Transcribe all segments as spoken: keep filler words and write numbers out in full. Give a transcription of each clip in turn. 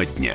Тема дня.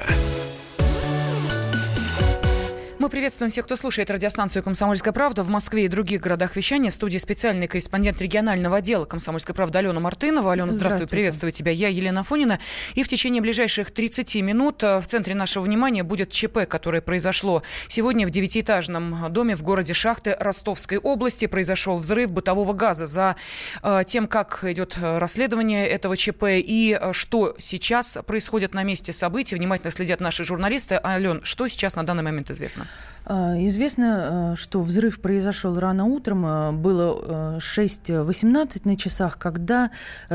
Мы приветствуем всех, кто слушает радиостанцию «Комсомольская правда» в Москве и других городах вещания. В студии специальный корреспондент регионального отдела «Комсомольской правды» Алена Мартынова. Алена, здравствуй, приветствую тебя. Я Елена Афонина. И в течение ближайших тридцати минут в центре нашего внимания будет ЧП, которое произошло сегодня в девятиэтажном доме в городе Шахты Ростовской области. Произошел взрыв бытового газа. За э, тем, как идет расследование этого ЧП и э, что сейчас происходит на месте событий, внимательно следят наши журналисты. Ален, что сейчас на данный момент известно? Известно, что взрыв произошел рано утром. Было шесть восемнадцать на часах, когда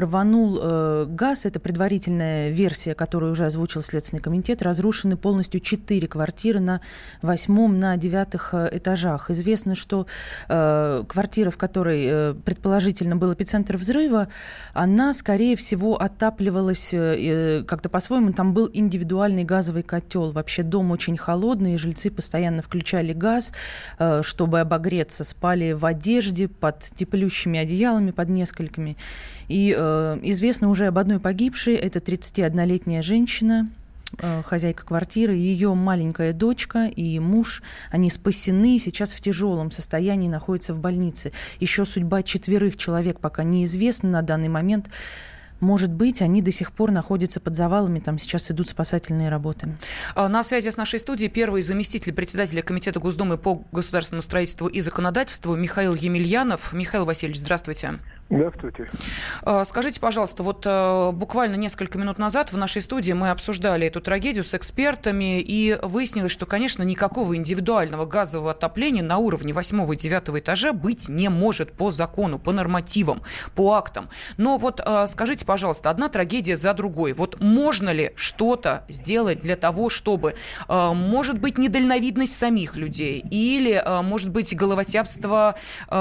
рванул газ. Это предварительная версия, которую уже озвучил Следственный комитет. Разрушены полностью четыре квартиры на восьмом, на девятых этажах. Известно, что квартира, в которой предположительно был эпицентр взрыва, она, скорее всего, отапливалась как-то по-своему. Там был индивидуальный газовый котел. Вообще дом очень холодный, и жильцы постоянно включали газ, чтобы обогреться, спали в одежде под теплющими одеялами, под несколькими. И э, известно уже об одной погибшей. Это тридцатиоднолетняя женщина, э, хозяйка квартиры, ее маленькая дочка и муж. Они спасены, сейчас в тяжелом состоянии находятся в больнице. Еще судьба четверых человек пока неизвестна на данный момент. Может быть, они до сих пор находятся под завалами, там сейчас идут спасательные работы. На связи с нашей студией первый заместитель председателя Комитета Госдумы по государственному строительству и законодательству Михаил Емельянов. Михаил Васильевич, здравствуйте. Здравствуйте. Скажите, пожалуйста, вот буквально несколько минут назад в нашей студии мы обсуждали эту трагедию с экспертами, и выяснилось, что, конечно, никакого индивидуального газового отопления на уровне восьмого и девятого этажа быть не может по закону, по нормативам, по актам. Но вот скажите, пожалуйста, одна трагедия за другой. Вот можно ли что-то сделать для того, чтобы, может быть, недальновидность самих людей или, может быть, головотяпство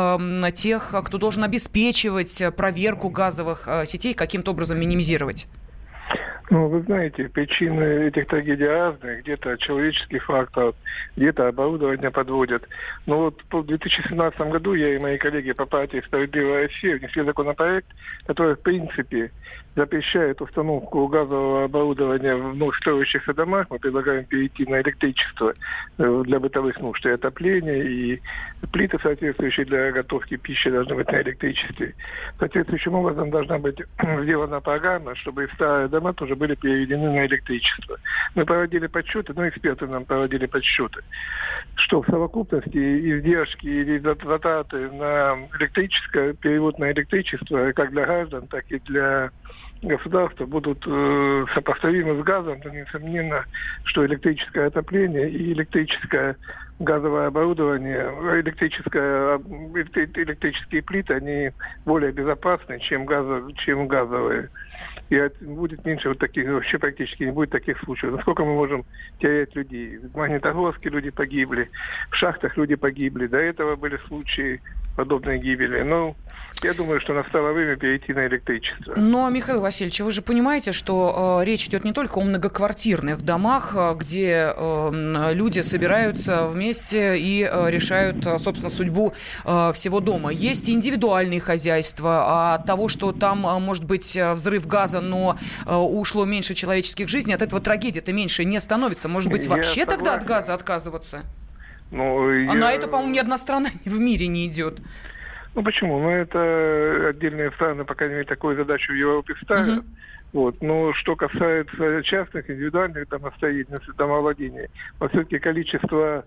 тех, кто должен обеспечивать проверку газовых сетей, каким-то образом минимизировать? Ну, вы знаете, причины этих трагедий разные. Где-то человеческий фактор, где-то оборудование подводят. Но вот в две тысячи семнадцатом году я и мои коллеги по партии «Справедливая Россия» внесли законопроект, который, в принципе, запрещает установку газового оборудования в вновь строящихся домах. Мы предлагаем перейти на электричество для бытовых нужд и отопления, и плиты, соответствующие для готовки пищи, должны быть на электричестве. Соответствующим образом должна быть сделана программа, чтобы и старые дома тоже были переведены на электричество. Мы проводили подсчеты, ну, эксперты нам проводили подсчеты, что в совокупности издержки или затраты на электрическое, перевод на электричество, как для граждан, так и для государства будут э, сопоставимы с газом, то несомненно, что электрическое отопление и электрическое газовое оборудование, электрическое, электрические плиты, они более безопасны, чем, газо, чем газовые. И будет меньше вот таких, вообще практически не будет таких случаев. Насколько мы можем терять людей? В Магнитогорске люди погибли, в шахтах люди погибли. До этого были случаи подобной гибели. Но я думаю, что настало время перейти на электричество. Но, Михаил Васильевич, вы же понимаете, что э, речь идет не только о многоквартирных домах, где э, люди собираются вместе и э, решают, э, собственно, судьбу э, всего дома. Есть и индивидуальные хозяйства. А от того, что там э, может быть взрыв газа, но э, ушло меньше человеческих жизней, от этого трагедия-то меньше не становится. Может быть, вообще тогда от газа отказываться? Ну, а я... на это, по-моему, ни одна страна в мире не идет. Ну почему? Ну это отдельные страны, по крайней мере, такую задачу в Европе ставят. Uh-huh. Вот. Но что касается частных, индивидуальных домостроительных, домовладений, все-таки количество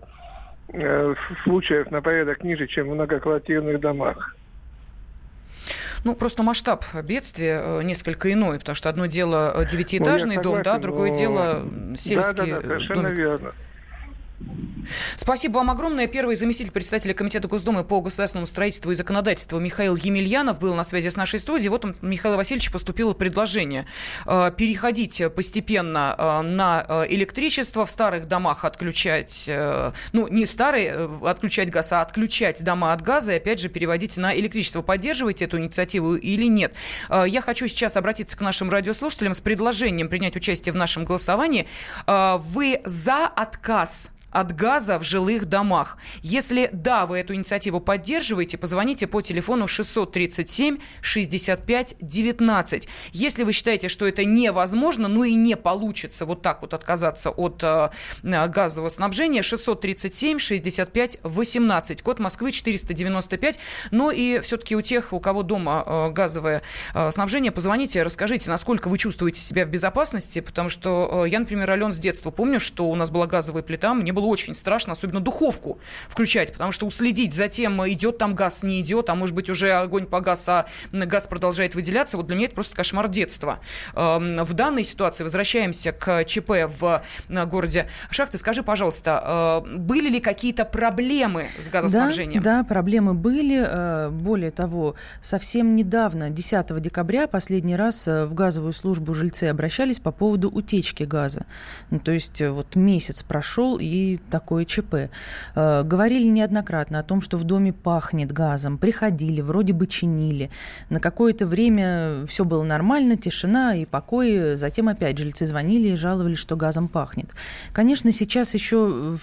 э, случаев на порядок ниже, чем в многоквартирных домах. Ну, просто масштаб бедствия несколько иной, потому что одно дело девятиэтажный ну, дом, да, другое но... дело сельский да, да, да, совершенно домик. Верно. Спасибо вам огромное. Первый заместитель председателя Комитета Госдумы по государственному строительству и законодательству Михаил Емельянов был на связи с нашей студией. Вот у Михаила Васильевича поступило предложение э, переходить постепенно э, на электричество, в старых домах отключать, э, ну, не старые, э, отключать газ, а отключать дома от газа и, опять же, переводить на электричество. Поддерживаете эту инициативу или нет? Э, я хочу сейчас обратиться к нашим радиослушателям с предложением принять участие в нашем голосовании. Э, вы за отказ от газа в жилых домах? Если да, вы эту инициативу поддерживаете, позвоните по телефону шестьсот тридцать семь шестьдесят пять девятнадцать. Если вы считаете, что это невозможно, ну и не получится вот так вот отказаться от э, газового снабжения, шестьсот тридцать семь шестьдесят пять восемнадцать, код Москвы четыреста девяносто пять. Но и все-таки у тех, у кого дома э, газовое э, снабжение, позвоните, расскажите, насколько вы чувствуете себя в безопасности, потому что э, я, например, Ален, с детства помню, что у нас была газовая плита, мне было очень страшно, особенно духовку включать, потому что уследить за тем, идет там газ, не идет, а может быть уже огонь погас, а газ продолжает выделяться, вот для меня это просто кошмар детства. Э, в данной ситуации возвращаемся к ЧП в э, городе Шахты. Скажи, пожалуйста, э, были ли какие-то проблемы с газоснабжением? Да, да, проблемы были. Более того, совсем недавно, десятого декабря, последний раз в газовую службу жильцы обращались по поводу утечки газа. Ну, то есть вот месяц прошел, и такое ЧП. Говорили неоднократно о том, что в доме пахнет газом. Приходили, вроде бы чинили. На какое-то время все было нормально, тишина и покой. Затем опять жильцы звонили и жаловались, что газом пахнет. Конечно, сейчас еще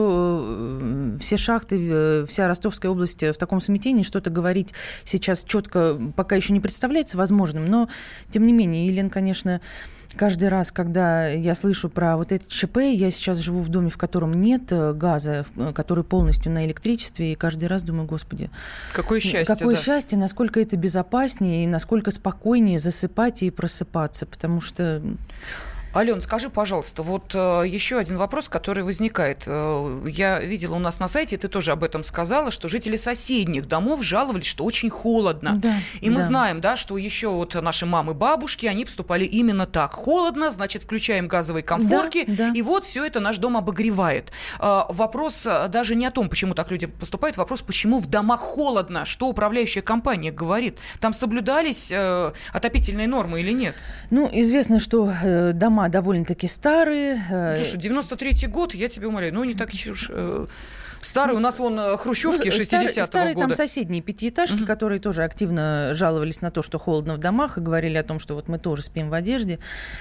все, все шахты, вся Ростовская область в таком смятении, что-то говорить сейчас четко пока еще не представляется возможным, но тем не менее, Елена, конечно, каждый раз, когда я слышу про вот это ЧП, я сейчас живу в доме, в котором нет газа, который полностью на электричестве, и каждый раз думаю, господи, какое счастье, какое да. счастье, насколько это безопаснее и насколько спокойнее засыпать и просыпаться, потому что... Ален, скажи, пожалуйста, вот э, еще один вопрос, который возникает. Э, я видела у нас на сайте, ты тоже об этом сказала, что жители соседних домов жаловались, что очень холодно. Да, и мы да. знаем, да, что еще вот наши мамы, бабушки, они поступали именно так. Холодно, значит, включаем газовые комфорки, да, да. и вот все это наш дом обогревает. Э, вопрос даже не о том, почему так люди поступают, вопрос, почему в домах холодно, что управляющая компания говорит. Там соблюдались э, отопительные нормы или нет? Ну, известно, что э, дома довольно-таки старые. Слушай, девяносто третий год, я тебя умоляю, ну не так уж э, старые. У нас вон хрущевки ну, шестидесятого старые, года. Там соседние пятиэтажки, uh-huh. которые тоже активно жаловались на то, что холодно в домах, и говорили о том, что вот мы тоже спим в одежде.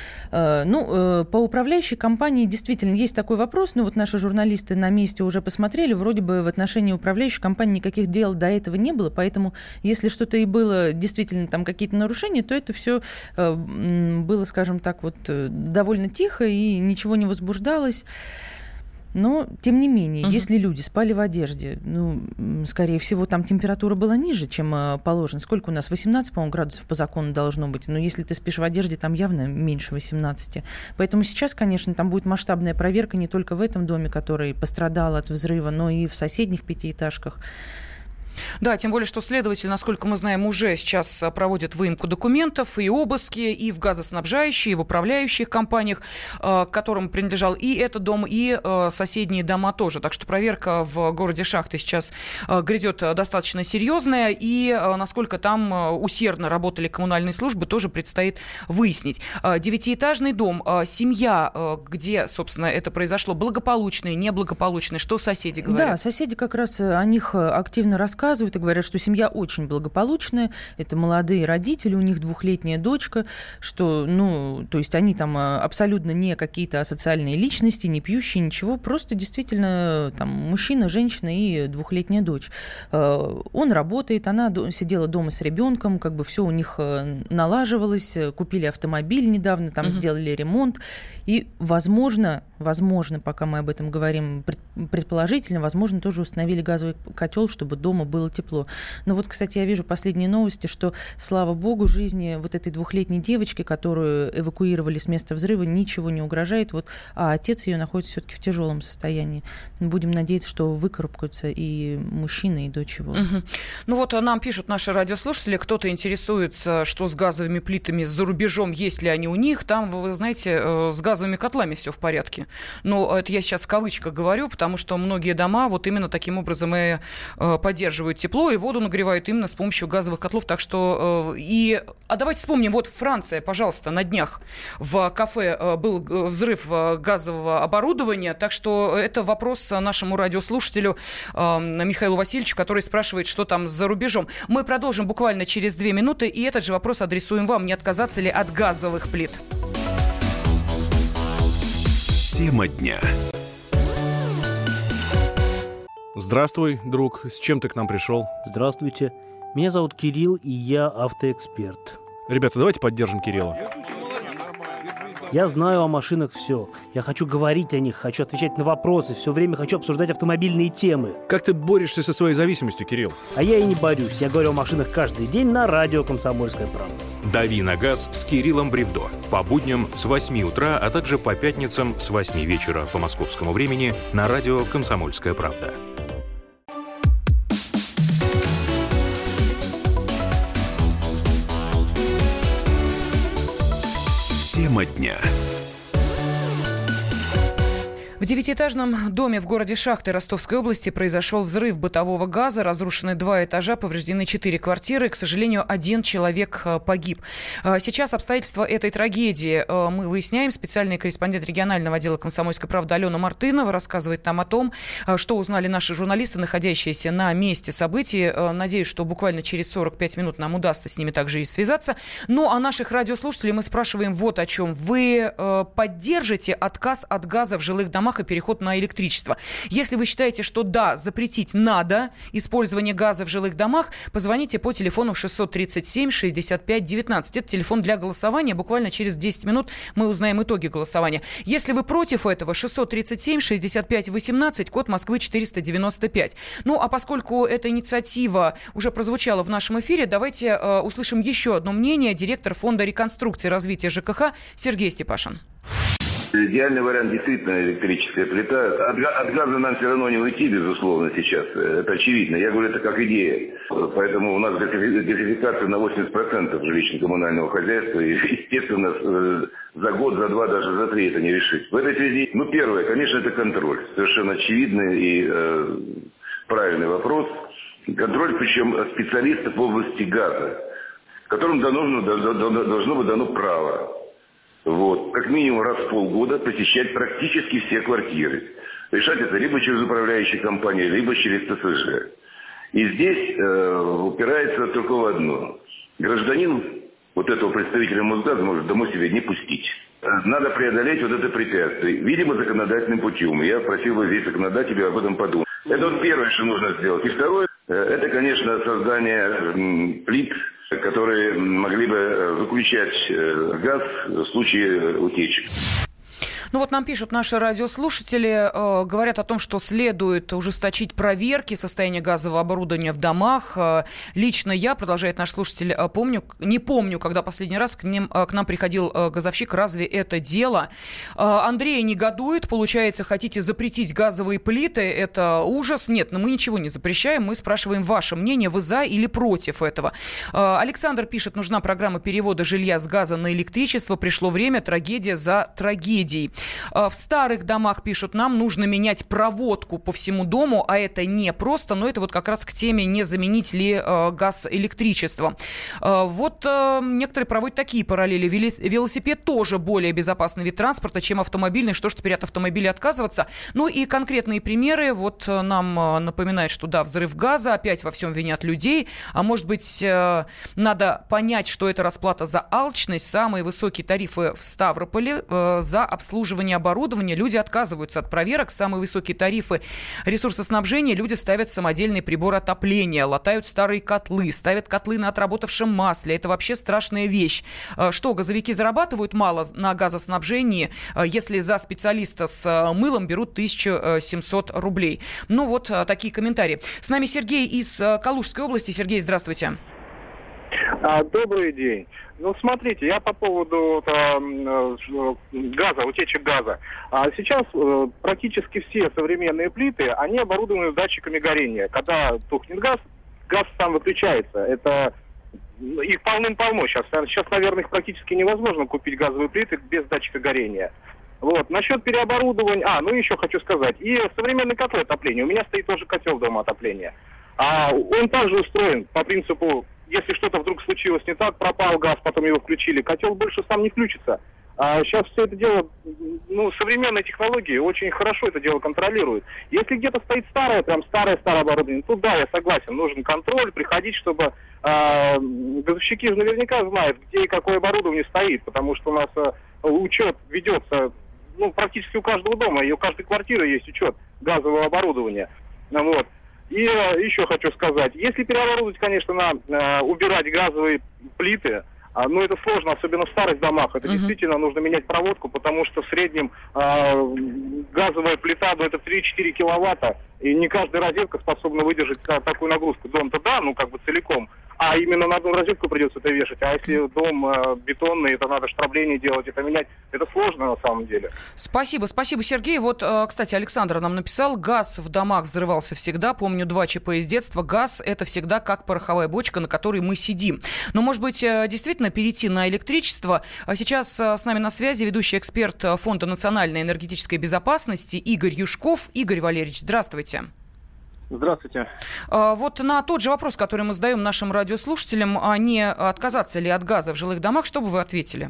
Ну, по управляющей компании действительно есть такой вопрос, но вот наши журналисты на месте уже посмотрели, вроде бы в отношении управляющей компании никаких дел до этого не было, поэтому если что-то и было, действительно там какие-то нарушения, то это все было, скажем так, вот довольно тихо и ничего не возбуждалось. Но, тем не менее, uh-huh. если люди спали в одежде, ну, скорее всего, там температура была ниже, чем э, положено. Сколько у нас? восемнадцать, по-моему, градусов по закону должно быть. Но если ты спишь в одежде, там явно меньше восемнадцати. Поэтому сейчас, конечно, там будет масштабная проверка не только в этом доме, который пострадал от взрыва, но и в соседних пятиэтажках. Да, тем более, что следователь, насколько мы знаем, уже сейчас проводит выемку документов и обыски и в газоснабжающих, и в управляющих компаниях, к которым принадлежал и этот дом, и соседние дома тоже. Так что проверка в городе Шахты сейчас грядет достаточно серьезная, и насколько там усердно работали коммунальные службы, тоже предстоит выяснить. Девятиэтажный дом, семья, где, собственно, это произошло, благополучные, неблагополучные, что соседи говорят? Да, соседи как раз о них активно рассказывают. Рассказывают и говорят, что семья очень благополучная, это молодые родители, у них двухлетняя дочка, что, ну, то есть они там абсолютно не какие-то асоциальные личности, не пьющие, ничего, просто действительно там мужчина, женщина и двухлетняя дочь. Он работает, она сидела дома с ребенком, как бы все у них налаживалось, купили автомобиль недавно, там угу. сделали ремонт, и, возможно, возможно, пока мы об этом говорим, предположительно, возможно, тоже установили газовый котел, чтобы дома было тепло. Но вот, кстати, я вижу последние новости, что, слава богу, жизни вот этой двухлетней девочки, которую эвакуировали с места взрыва, ничего не угрожает, вот, а отец ее находится все-таки в тяжелом состоянии. Будем надеяться, что выкарабкаются и мужчина, и дочь его. Угу. Ну вот нам пишут наши радиослушатели, кто-то интересуется, что с газовыми плитами за рубежом, есть ли они у них, там, вы знаете, с газовыми котлами все в порядке. Но это я сейчас в кавычках говорю, потому что многие дома вот именно таким образом и поддерживают тепло, и воду нагревают именно с помощью газовых котлов. Так что и... А давайте вспомним, вот Франция, пожалуйста, на днях в кафе был взрыв газового оборудования, так что это вопрос нашему радиослушателю Михаилу Васильевичу, который спрашивает, что там за рубежом. Мы продолжим буквально через две минуты, и этот же вопрос адресуем вам. Не отказаться ли от газовых плит? Тема дня. Здравствуй, друг. С чем ты к нам пришел? Здравствуйте. Меня зовут Кирилл, и я автоэксперт. Ребята, давайте поддержим Кирилла. Я знаю о машинах все. Я хочу говорить о них, хочу отвечать на вопросы, все время хочу обсуждать автомобильные темы. Как ты борешься со своей зависимостью, Кирилл? А я и не борюсь. Я говорю о машинах каждый день на радио «Комсомольская правда». «Дави на газ» с Кириллом Бревдо. По будням с восьми утра, а также по пятницам с восьми вечера по московскому времени на радио «Комсомольская правда». Тема дня. В девятиэтажном доме в городе Шахты Ростовской области произошел взрыв бытового газа. Разрушены два этажа, повреждены четыре квартиры. К сожалению, один человек погиб. Сейчас обстоятельства этой трагедии мы выясняем. Специальный корреспондент регионального отдела «Комсомольской правды» Алена Мартынова рассказывает нам о том, что узнали наши журналисты, находящиеся на месте событий. Надеюсь, что буквально через сорок пять минут нам удастся с ними также и связаться. Ну, а наших радиослушателей мы спрашиваем вот о чем. Вы поддержите отказ от газа в жилых домах и переход на электричество? Если вы считаете, что да, запретить надо использование газа в жилых домах, позвоните по телефону шестьсот тридцать семь шестьдесят пять девятнадцать. Это телефон для голосования. Буквально через десять минут мы узнаем итоги голосования. Если вы против этого, шестьсот тридцать семь шестьдесят пять восемнадцать, код Москвы четыреста девяносто пять. Ну, а поскольку эта инициатива уже прозвучала в нашем эфире, давайте э, услышим еще одно мнение. Директор фонда реконструкции и развития ЖКХ Сергей Степашин. Идеальный вариант действительно электрическая плита. От, от газа нам все равно не уйти, безусловно, сейчас. Это очевидно. Я говорю, это как идея. Поэтому у нас газификация на восемьдесят процентов жилищно-коммунального хозяйства. И, естественно, за год, за два, даже за три это не решить. В этой связи, ну, первое, конечно, это контроль. Совершенно очевидный и э, правильный вопрос. Контроль, причем специалистов в области газа, которым дано, должно быть дано право. Вот. Как минимум раз в полгода посещать практически все квартиры. Решать это либо через управляющие компании, либо через ТСЖ. И здесь э, упирается только в одно. Гражданин вот этого представителя Мосгаза может домой себе не пустить. Надо преодолеть вот это препятствие. Видимо, законодательным путем. Я просил бы здесь законодателя об этом подумать. Это вот первое, что нужно сделать. И второе, э, это, конечно, создание э, плит, которые могли бы выключать газ в случае утечек. Ну вот нам пишут наши радиослушатели, э, говорят о том, что следует ужесточить проверки состояния газового оборудования в домах. Э, лично я, продолжает наш слушатель, э, помню, не помню, когда последний раз к, ним, э, к нам приходил э, газовщик. Разве это дело? Э, Андрей негодует. Получается, хотите запретить газовые плиты? Это ужас. Нет, но мы ничего не запрещаем. Мы спрашиваем ваше мнение. Вы за или против этого? Э, Александр пишет, нужна программа перевода жилья с газа на электричество. Пришло время, трагедия за трагедией. В старых домах, пишут нам, нужно менять проводку по всему дому, а это не просто, но это вот как раз к теме, не заменить ли э, газ электричеством. Э, вот э, некоторые проводят такие параллели. Велосипед тоже более безопасный вид транспорта, чем автомобильный. Что ж теперь от автомобиля отказываться? Ну и конкретные примеры. Вот э, нам э, напоминают, что да, взрыв газа, опять во всем винят людей. А может быть, э, надо понять, что это расплата за алчность. Самые высокие тарифы в Ставрополе э, за обслуживание оборудования. Люди отказываются от проверок. Самые высокие тарифы ресурсоснабжения. Люди ставят самодельный прибор отопления, латают старые котлы, ставят котлы на отработавшем масле. Это вообще страшная вещь. Что, газовики зарабатывают мало на газоснабжении, если за специалиста с мылом берут тысячу семьсот рублей? Ну вот такие комментарии. С нами Сергей из Калужской области. Сергей, здравствуйте. Добрый день. Ну, смотрите, я по поводу э, газа, утечек газа. А сейчас э, практически все современные плиты, они оборудованы датчиками горения. Когда тухнет газ, газ сам выключается. Это их полным-полно сейчас. Сейчас, наверное, их практически невозможно купить газовые плиты без датчика горения. Вот. Насчет переоборудования... А, ну еще хочу сказать. И современный котел отопления. У меня стоит тоже котел дома отопления. А он также устроен по принципу, если что-то вдруг случилось не так, пропал газ, потом его включили, котел больше сам не включится. А сейчас все это дело, ну, современные технологии очень хорошо это дело контролируют. Если где-то стоит старое, прям старое-старое оборудование, то да, я согласен, нужен контроль, приходить, чтобы э, газовщики же наверняка знают, где и какое оборудование стоит, потому что у нас э, учет ведется, ну, практически у каждого дома, и у каждой квартиры есть учет газового оборудования. Вот. И э, еще хочу сказать, если переоборудовать, конечно, на э, убирать газовые плиты, а, ну это сложно, особенно в старых домах. Это uh-huh. действительно нужно менять проводку, потому что в среднем э, газовая плита, ну это три-четыре киловатта, и не каждая розетка способна выдержать а, такую нагрузку. Дом-то да, ну как бы целиком. А именно на одну розетку придется это вешать. А если дом э, бетонный, это надо штрабление делать, это менять. Это сложно на самом деле. Спасибо, спасибо, Сергей. Вот, э, кстати, Александр нам написал, газ в домах взрывался всегда. Помню два ЧП из детства. Газ – это всегда как пороховая бочка, на которой мы сидим. Но, может быть, э, действительно перейти на электричество. А сейчас э, с нами на связи ведущий эксперт Фонда национальной энергетической безопасности Игорь Юшков. Игорь Валерьевич, здравствуйте. Здравствуйте. Вот на тот же вопрос, который мы задаем нашим радиослушателям, а не отказаться ли от газа в жилых домах, что бы вы ответили?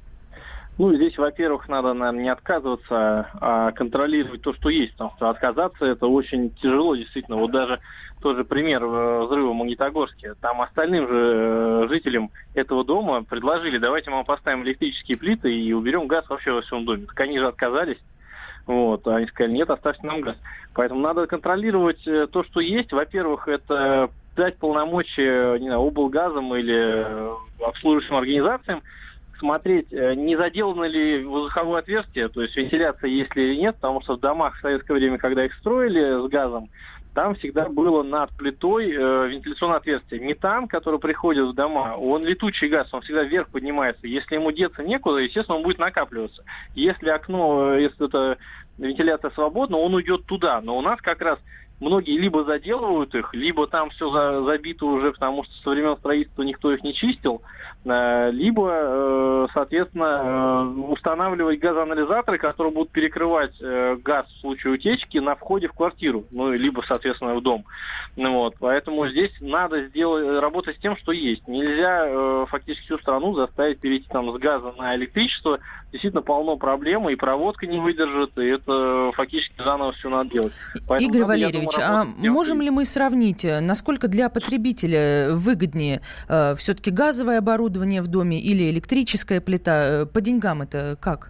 Ну, здесь, во-первых, надо, наверное, не отказываться, а контролировать то, что есть, потому что отказаться это очень тяжело, действительно. Вот даже тот же пример взрыва в Магнитогорске. Там остальным же жителям этого дома предложили, давайте мы поставим электрические плиты и уберем газ вообще во всем доме. Так они же отказались. Вот, они сказали, нет, оставьте нам газ. Поэтому надо контролировать то, что есть. Во-первых, это дать полномочия, не знаю, облгазам или обслуживающим организациям смотреть, не заделано ли воздуховое отверстие, то есть вентиляция есть ли или нет, потому что в домах в советское время, когда их строили с газом, там всегда было над плитой э, вентиляционное отверстие. Метан, который приходит в дома, он летучий газ, он всегда вверх поднимается. Если ему деться некуда, естественно, он будет накапливаться. Если окно, если это вентиляция свободна, он уйдет туда. Но у нас как раз многие либо заделывают их, либо там все за, забито уже, потому что со времен строительства никто их не чистил, э, либо, э, соответственно, э, устанавливать газоанализаторы, которые будут перекрывать э, газ в случае утечки на входе в квартиру, ну, либо, соответственно, в дом. Ну, вот. Поэтому здесь надо сделать, работать с тем, что есть. Нельзя э, фактически всю страну заставить перейти там с газа на электричество. Действительно полно проблем, и проводка не выдержит, и это фактически заново все надо делать. Поэтому Игорь надо, Валерьевич, думаю, а можем ли мы сравнить, насколько для потребителя выгоднее э, все-таки газовое оборудование в доме или электрическая плита? По деньгам это как?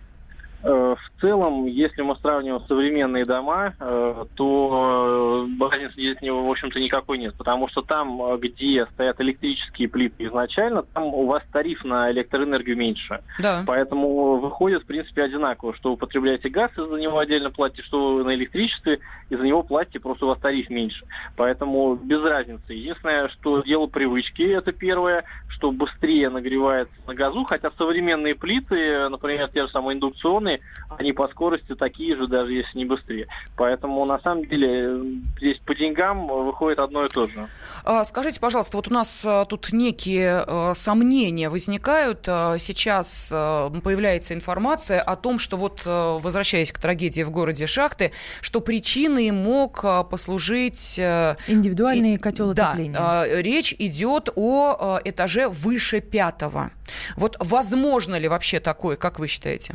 В целом, если мы сравниваем современные дома, то разницы здесь, в общем-то, никакой нет. Потому что там, где стоят электрические плиты изначально, там у вас тариф на электроэнергию меньше. Да. Поэтому выходит, в принципе, одинаково, что вы потребляете газ, из-за него отдельно платите, что вы на электричестве, из-за него платите, просто у вас тариф меньше. Поэтому без разницы. Единственное, что дело привычки, это первое, что быстрее нагревается на газу, хотя современные плиты, например, те же самые индукционные, они по скорости такие же, даже если не быстрее. Поэтому, на самом деле, здесь по деньгам выходит одно и то же. Скажите, пожалуйста, вот у нас тут некие э, сомнения возникают. Сейчас э, появляется информация о том, что вот, э, возвращаясь к трагедии в городе Шахты, что причиной мог послужить... Э, Индивидуальный котел да, отопления. Э, речь идет о э, этаже выше пятого. Вот возможно ли вообще такое, как вы считаете?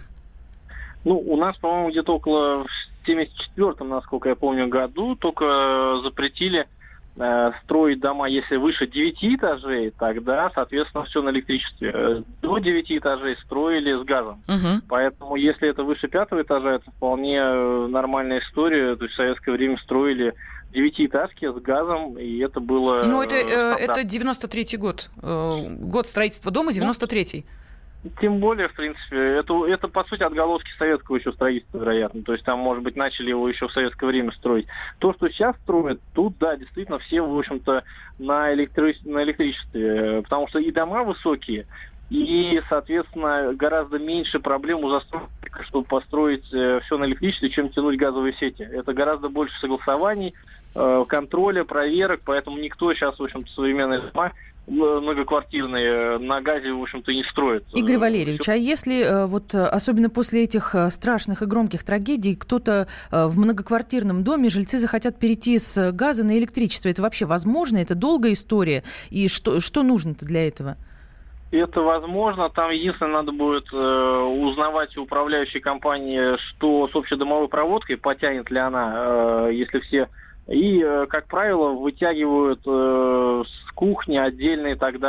Ну, у нас, по-моему, где-то около в семьдесят четвёртом, насколько я помню, году только запретили э, строить дома, если выше девяти этажей, тогда, соответственно, все на электричестве. До девяти этажей строили с газом. Угу. Поэтому, если это выше пятого этажа, это вполне нормальная история. То есть в советское время строили девятиэтажки с газом, и это было... Ну, это, э, это девяносто третий год. Э, год строительства дома, девяносто третий. Тем более, в принципе, это, это, по сути, отголоски советского еще строительства, вероятно. То есть там, может быть, начали его еще в советское время строить. То, что сейчас строят, тут, да, действительно, все, в общем-то, на, электри... на электричестве. Потому что и дома высокие, и, соответственно, гораздо меньше проблем у застройщика, чтобы построить все на электричестве, чем тянуть газовые сети. Это гораздо больше согласований, контроля, проверок, поэтому никто сейчас, в общем-то, современные дома многоквартирные на газе, в общем-то, не строят. Игорь Валерьевич, Все... а если вот особенно после этих страшных и громких трагедий кто-то в многоквартирном доме, жильцы захотят перейти с газа на электричество, это вообще возможно? Это долгая история? И что, что нужно-то для этого? Это возможно. Там единственное, надо будет э, узнавать у управляющей компании, что с общедомовой проводкой, потянет ли она, э, если все... И, как правило, вытягивают э, с кухни отдельные тогда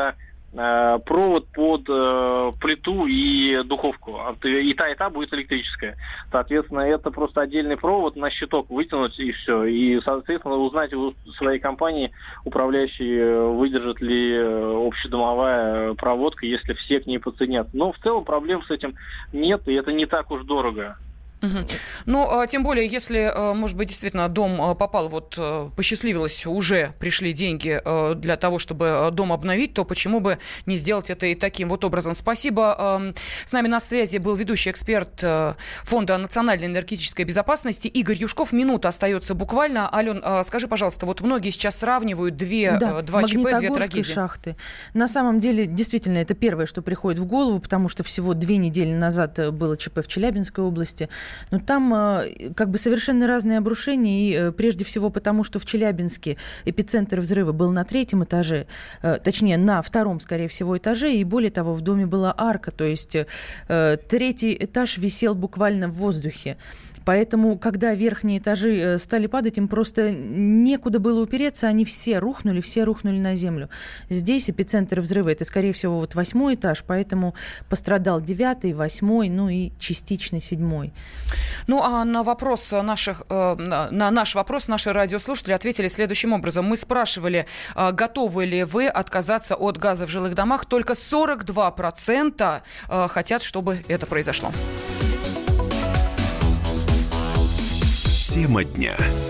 э, провод под э, плиту и духовку. И та, и та будет электрическая. Соответственно, это просто отдельный провод на щиток вытянуть и все. И, соответственно, узнать у своей компании управляющей, выдержит ли общедомовая проводка, если все к ней подсоединятся. Но в целом проблем с этим нет, и это не так уж дорого. Угу. Ну, тем более, если, может быть, действительно дом попал, вот посчастливилось, уже пришли деньги для того, чтобы дом обновить, то почему бы не сделать это и таким вот образом? Спасибо. С нами на связи был ведущий эксперт Фонда национальной энергетической безопасности Игорь Юшков. Минута остается буквально. Ален, скажи, пожалуйста, вот многие сейчас сравнивают две, да, два ЧП, две трагедии. Шахты. На самом деле, действительно, это первое, что приходит в голову, потому что всего две недели назад было ЧП в Челябинской области. Но там как бы совершенно разные обрушения, и прежде всего потому, что в Челябинске эпицентр взрыва был на третьем этаже, точнее, на втором, скорее всего, этаже, и более того, в доме была арка, то есть третий этаж висел буквально в воздухе. Поэтому, когда верхние этажи стали падать, им просто некуда было упереться, они все рухнули, все рухнули на землю. Здесь эпицентр взрыва, это, скорее всего, вот восьмой этаж, поэтому пострадал девятый, восьмой, ну и частично седьмой. Ну, а на вопрос наших, на наш вопрос наши радиослушатели ответили следующим образом. Мы спрашивали, готовы ли вы отказаться от газа в жилых домах. Только сорок два процента хотят, чтобы это произошло. Тема дня.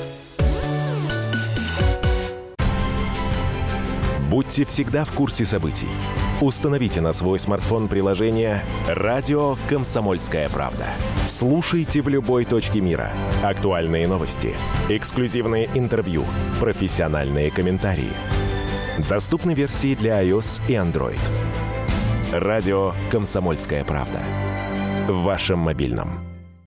Будьте всегда в курсе событий. Установите на свой смартфон приложение «Радио Комсомольская правда». Слушайте в любой точке мира. Актуальные новости, эксклюзивные интервью, профессиональные комментарии. Доступны версии для iOS и Android. «Радио Комсомольская правда». В вашем мобильном.